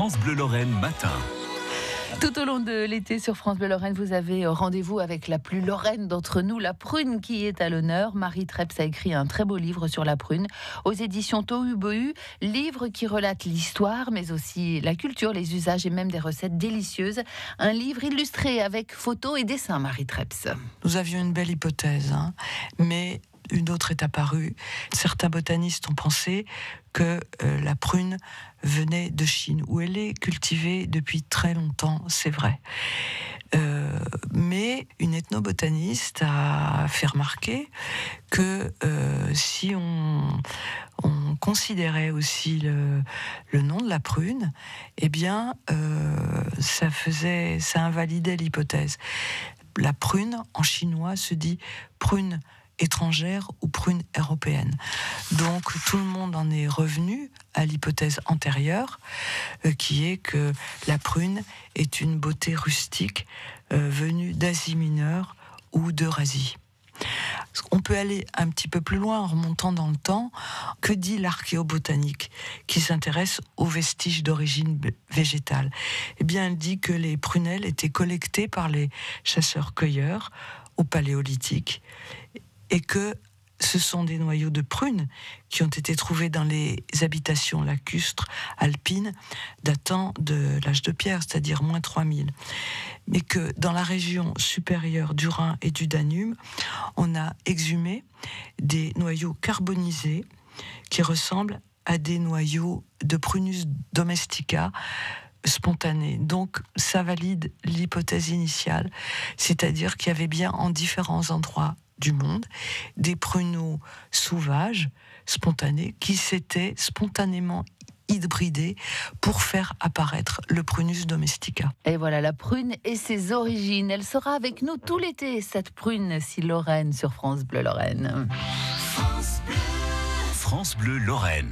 France Bleu Lorraine matin. Tout au long de l'été sur France Bleu Lorraine, vous avez rendez-vous avec la plus lorraine d'entre nous, la prune qui est à l'honneur. Marie Treps a écrit un très beau livre sur la prune aux éditions Tohu Bohu, livre qui relate l'histoire mais aussi la culture, les usages et même des recettes délicieuses. Un livre illustré avec photos et dessins, Marie Treps. Nous avions une belle hypothèse, mais une autre est apparue. Certains botanistes ont pensé que la prune venait de Chine, où elle est cultivée depuis très longtemps, c'est vrai. Mais une ethnobotaniste a fait remarquer que si on considérait aussi le nom de la prune, eh bien, ça invalidait l'hypothèse. La prune, en chinois, se dit prune étrangère ou prune européenne. Donc tout le monde en est revenu à l'hypothèse antérieure, qui est que la prune est une beauté rustique venue d'Asie mineure ou d'Eurasie. On peut aller un petit peu plus loin en remontant dans le temps. Que dit l'archéobotanique qui s'intéresse aux vestiges d'origine végétale? Eh bien, elle dit que les prunelles étaient collectées par les chasseurs-cueilleurs au Paléolithique et que ce sont des noyaux de prunes qui ont été trouvés dans les habitations lacustres alpines datant de l'âge de pierre, c'est-à-dire moins 3000. Mais que dans la région supérieure du Rhin et du Danube, on a exhumé des noyaux carbonisés qui ressemblent à des noyaux de Prunus domestica spontanés. Donc ça valide l'hypothèse initiale, c'est-à-dire qu'il y avait bien en différents endroits du monde des pruneaux sauvages, spontanés, qui s'étaient spontanément hybridés pour faire apparaître le Prunus domestica. Et voilà la prune et ses origines. Elle sera avec nous tout l'été, cette prune si lorraine sur France Bleu Lorraine. France Bleu Lorraine.